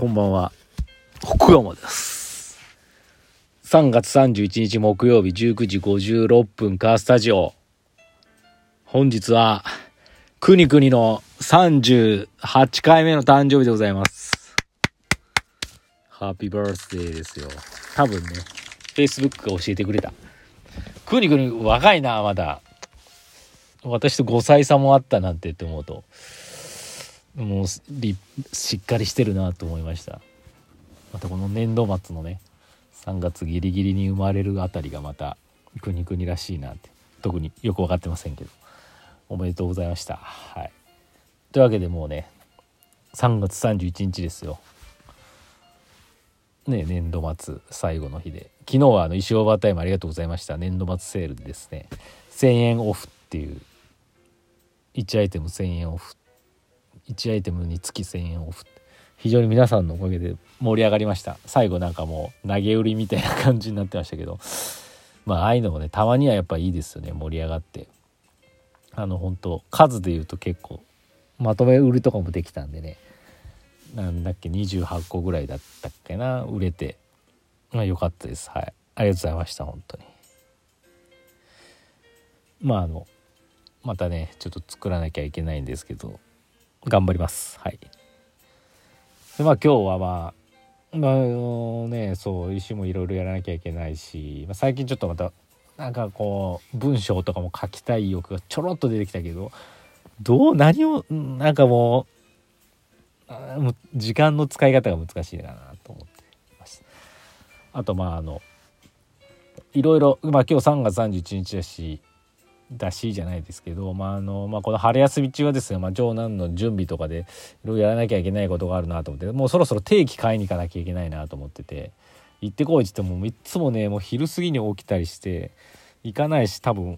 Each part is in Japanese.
こんばんは、福山です。3月31日木曜日19時56分カースタジオ。本日はくにくにの38回目の誕生日でございます。ハッピーバースデーですよ。多分ね Facebook が教えてくれた。くにくに若いな、まだ私と5歳差もあったなんてって思うともうしっかりしてるなと思いました。またこの年度末のね3月ギリギリに生まれるあたりがまたくにくにらしいなって、特によく分かってませんけどおめでとうございました。はい、というわけでもうね3月31日ですよね。年度末最後の日で、昨日は石オーバータイムありがとうございました。年度末セールでですね1000円オフっていう、1アイテム1000円オフ、1アイテムにつき1000円オフ、非常に皆さんのおかげで盛り上がりました。最後なんかもう投げ売りみたいな感じになってましたけど、まあああいうのもねたまにはやっぱいいですよね。盛り上がって本当数で言うと結構まとめ売りとかもできたんでね、なんだっけ28個ぐらいだったっけな、売れてまあ良かったです。はい、ありがとうございました。本当にまたねちょっと作らなきゃいけないんですけど頑張ります。はい。で今日はそう石もいろいろやらなきゃいけないし、最近ちょっとまたなんかこう文章とかも書きたい欲がちょろっと出てきたけど、何をなんかもう時間の使い方が難しいかなと思っています。あといろいろ今日3月31日だしじゃないですけど、この春休み中はですね、長男の準備とかでいろいろやらなきゃいけないことがあるなと思って、もうそろそろ定期買いに行かなきゃいけないなと思ってて、行ってこいって言ってもいつもねもう昼過ぎに起きたりして行かないし、多分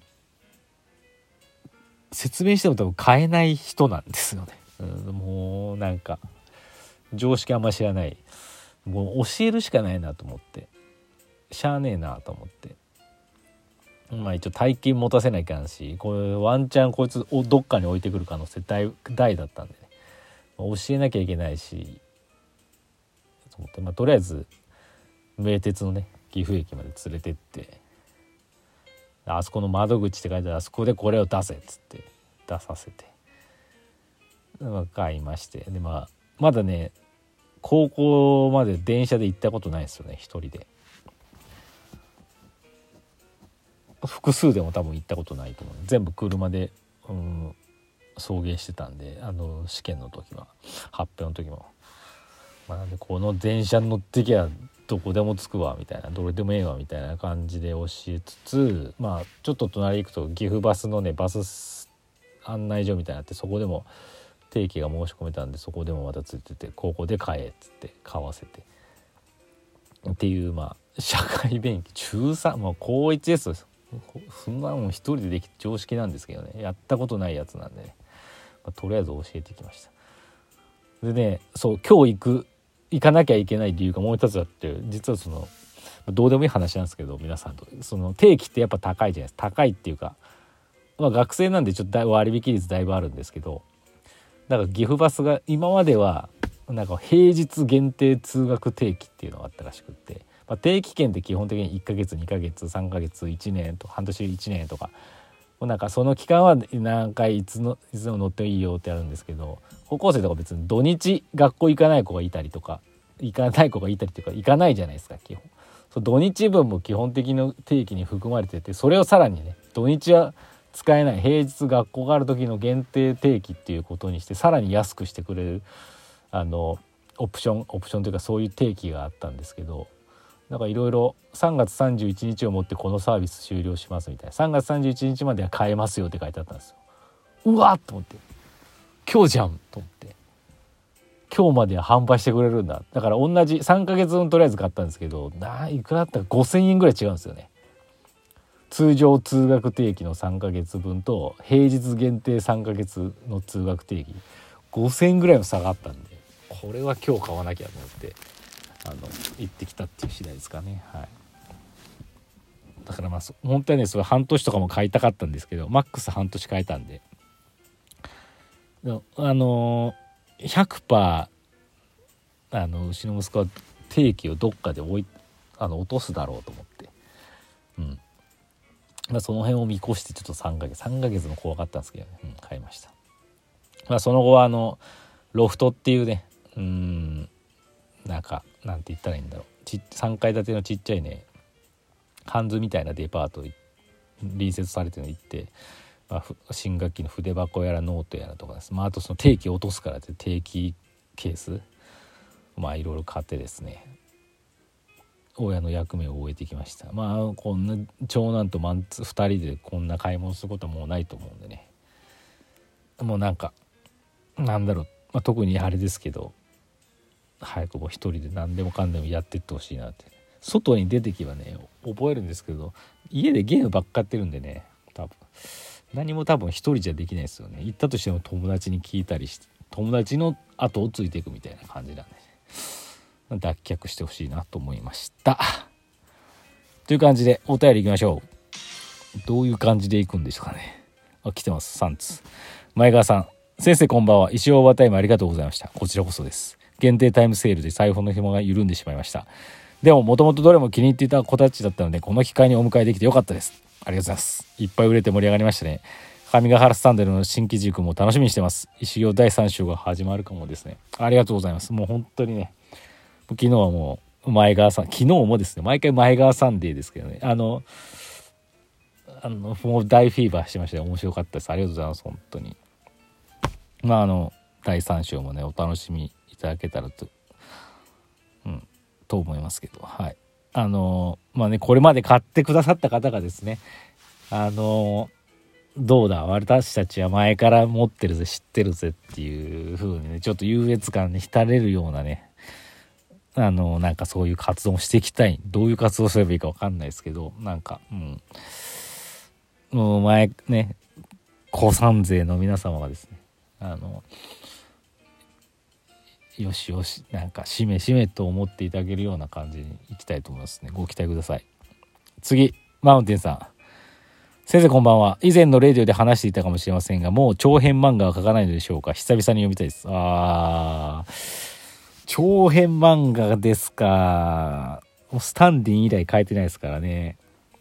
説明しても多分買えない人なんですよね。もうなんか常識あんま知らない、もう教えるしかないなと思って、しゃあねえなと思って、一応体験持たせないかんし、これワンチャンこいつをどっかに置いてくる可能性大だったんでね、教えなきゃいけないしと思って、とりあえず名鉄のね岐阜駅まで連れてって、あそこの窓口って書いてあるあそこでこれを出せっつって出させて、買いまして、でまだね高校まで電車で行ったことないですよね、一人で。複数でも多分行ったことないと思う。全部車で、送迎してたんで、試験の時は発表の時も、なんでこの電車に乗ってきゃどこでも着くわみたいな、どれでもええわみたいな感じで教えつつ、ちょっと隣行くと岐阜バスのねバス案内所みたいなのあって、そこでも定期が申し込めたんで、そこでもまたついてて、高校で買えっつって買わせてっていう、社会勉強中3、高1ですよ。そんなもん一人でできて常識なんですけどね、やったことないやつなんでね、とりあえず教えてきました。でね、そう今日行かなきゃいけない理由がもう一つあって、実はどうでもいい話なんですけど、皆さんと定期ってやっぱ高いじゃないですか。高いっていうか、学生なんでちょっと割引率だいぶあるんですけど、だから岐阜バスが今まではなんか平日限定通学定期っていうのがあったらしくって、定期券って基本的に1ヶ月2ヶ月3ヶ月1年と半年1年とか、なんかその期間は何回いつでも乗ってもいいよってあるんですけど、高校生とか別に土日学校行かない子がいたりとか、行かない子がいたりとか、行かないじゃないですか基本。土日分も基本的な定期に含まれてて、それをさらにね土日は使えない平日学校がある時の限定定期っていうことにして、さらに安くしてくれるオプションというかそういう定期があったんですけど、なんかいろいろ3月31日をもってこのサービス終了しますみたいな、3月31日までは買えますよって書いてあったんですよ。うわっと思って、今日じゃんと思って、今日までは販売してくれるんだ。だから同じ3ヶ月分とりあえず買ったんですけど、いくらだったか5000円ぐらい違うんですよね。通常通学定期の3ヶ月分と平日限定3ヶ月の通学定期5000円ぐらいの差があったんで、これは今日買わなきゃと思って行ってきたっていう次第ですかね。はい。だから本当はねそれ半年とかも買いたかったんですけど、マックス半年買えたんで、100% うちの息子は定期をどっかで落とすだろうと思って、その辺を見越してちょっと3ヶ月も怖かったんですけどね、買いました。その後はロフトっていうね、なんて言ったらいいんだろう、3階建てのちっちゃいねハンズみたいなデパート隣接されてるの行って、新学期の筆箱やらノートやらとかです、あとその定期落とすからって定期ケースいろいろ買ってですね、親の役目を終えてきました。こんな長男と2人でこんな買い物することはもうないと思うんでね、もうなんだろう、特にあれですけど、早くもう一人で何でもかんでもやっていってほしいなって。外に出てきばね覚えるんですけど、家でゲームばっかやってるんでね、何も一人じゃできないですよね。行ったとしても友達に聞いたりして、友達の後をついていくみたいな感じなんで、脱却してほしいなと思いましたという感じでお便りいきましょう。どういう感じでいくんでしょうかね。来てます。3通。前川さん、先生こんばんは。石尾オーバータイムありがとうございました。こちらこそです。限定タイムセールで財布の紐が緩んでしまいました。でももともとどれも気に入っていた子たちだったので、この機会にお迎えできてよかったです。ありがとうございます。いっぱい売れて盛り上がりましたね。上ヶ原スタンドの新規塾も楽しみにしてます。石尾第3章が始まるかもですね。ありがとうございます。もう本当にね、昨日はもう前川さん、昨日もですね、毎回前川サンデーですけどね、もう大フィーバーしてましたよ。面白かったです。ありがとうございます。本当に。第3章もね、お楽しみいただけたらと思いますけど、はい。これまで買ってくださった方がですね、どうだ私たちは前から持ってるぜ知ってるぜっていう風にね、ちょっと優越感に浸れるようなね、そういう活動をしていきたい。どういう活動すればいいか分かんないですけど、もう前ね、子さん勢の皆様がですね、よしよし、しめしめと思っていただけるような感じにいきたいと思いますね。ご期待ください。次、マウンテンさん、先生こんばんは。以前のレディオで話していたかもしれませんが、もう長編漫画は描かないのでしょうか。久々に読みたいです。長編漫画ですか。スタンディン以来書いてないですからね。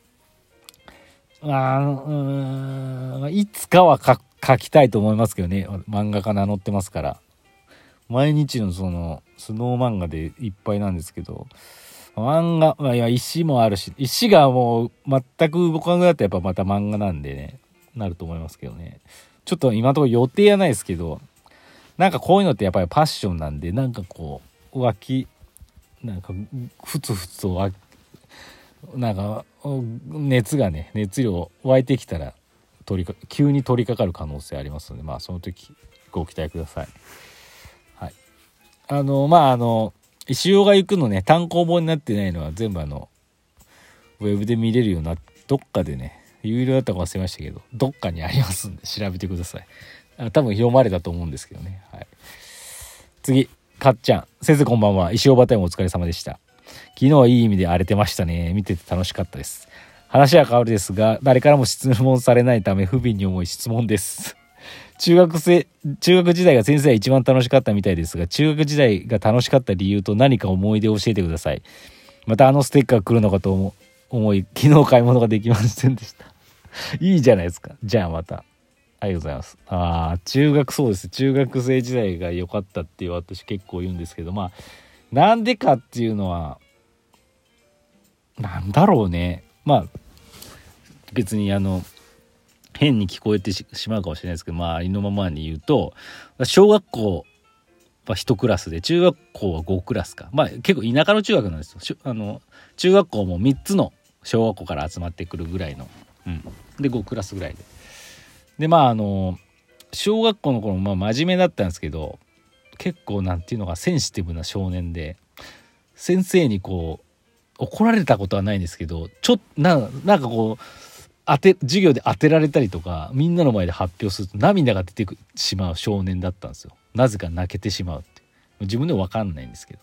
いつかは書きたいと思いますけどね。漫画家名乗ってますから。毎日のそのスノー漫画でいっぱいなんですけど、漫画、石もあるし、石がもう全く動かなくなったらやっぱまた漫画なんでね、なると思いますけどね。ちょっと今のところ予定はないですけど、こういうのってやっぱりパッションなんで、ふつふつと熱量湧いてきたら急に取り掛かる可能性ありますので、その時ご期待ください。はい。石尾が行くのね、単行本になってないのは全部ウェブで見れるような、どっかでね、有料だったか忘れましたけど、どっかにありますんで調べてください。多分読まれたと思うんですけどね。はい。次、かっちゃん、先生こんばんは。石尾バタイムお疲れ様でした。昨日はいい意味で荒れてましたね。見てて楽しかったです。話は変わるですが、誰からも質問されないため不憫に思い質問です。中学時代が先生は一番楽しかったみたいですが、中学時代が楽しかった理由と何か思い出を教えてください。またステッカー来るのかと思い、昨日買い物ができませんでした。いいじゃないですか。じゃあまた。ありがとうございます。そうです。中学生時代が良かったって私結構言うんですけど、なんでかっていうのは、なんだろうね。別に変に聞こえてしまうかもしれないですけど、ありのままに言うと、小学校は1クラスで、中学校は5クラスか。結構田舎の中学なんですよ。中学校も3つの小学校から集まってくるぐらいの。で、5クラスぐらいで。で、小学校の頃真面目だったんですけど、結構センシティブな少年で、先生に怒られたことはないんですけど、授業で当てられたりとか、みんなの前で発表すると涙が出てしまう少年だったんですよ。なぜか泣けてしまうって。自分では分かんないんですけど。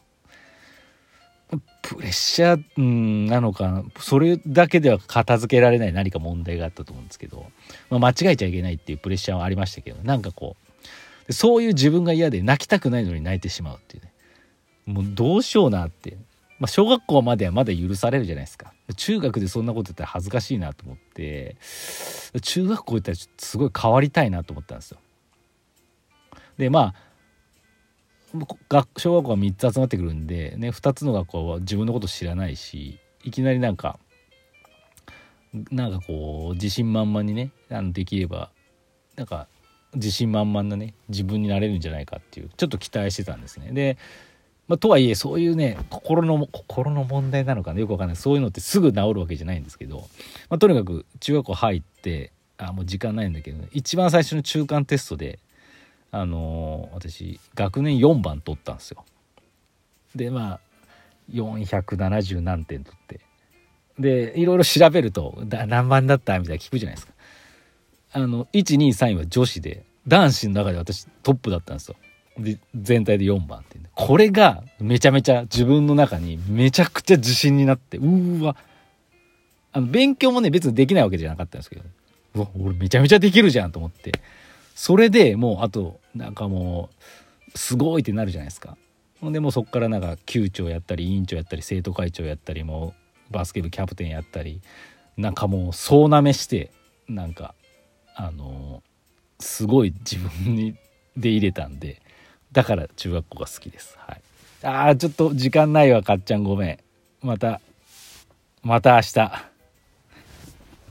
プレッシャーなのかな、それだけでは片付けられない何か問題があったと思うんですけど、間違えちゃいけないっていうプレッシャーはありましたけど、そういう自分が嫌で泣きたくないのに泣いてしまうっていうね、 もうどうしようなって、小学校まではまだ許されるじゃないですか。中学でそんなこと言ったら恥ずかしいなと思って、中学校行ったらすごい変わりたいなと思ったんですよ。で小学校は3つ集まってくるんで、ね、2つの学校は自分のこと知らないし、いきなりなんかこう自信満々にね、できればなんか自信満々なね自分になれるんじゃないかっていうちょっと期待してたんですね。で、とはいえそういうね心の問題なのかな、よくわかんない、そういうのってすぐ治るわけじゃないんですけど、とにかく中学校入ってもう時間ないんだけど、一番最初の中間テストで私学年4番取ったんですよ。で470何点取って、でいろいろ調べると何番だったみたいな聞くじゃないですか。123位は女子で、男子の中で私トップだったんですよ。で全体で4番って、これがめちゃめちゃ自分の中にめちゃくちゃ自信になって、勉強もね別にできないわけじゃなかったんですけど、俺めちゃめちゃできるじゃんと思って、それでもうあともうすごいってなるじゃないですか。でもうそこから級長やったり委員長やったり生徒会長やったり、もうバスケ部キャプテンやったり、もう総なめして、すごい自分で入れたんで、だから中学校が好きです。はい。ちょっと時間ないわ、かっちゃんごめん。また明日。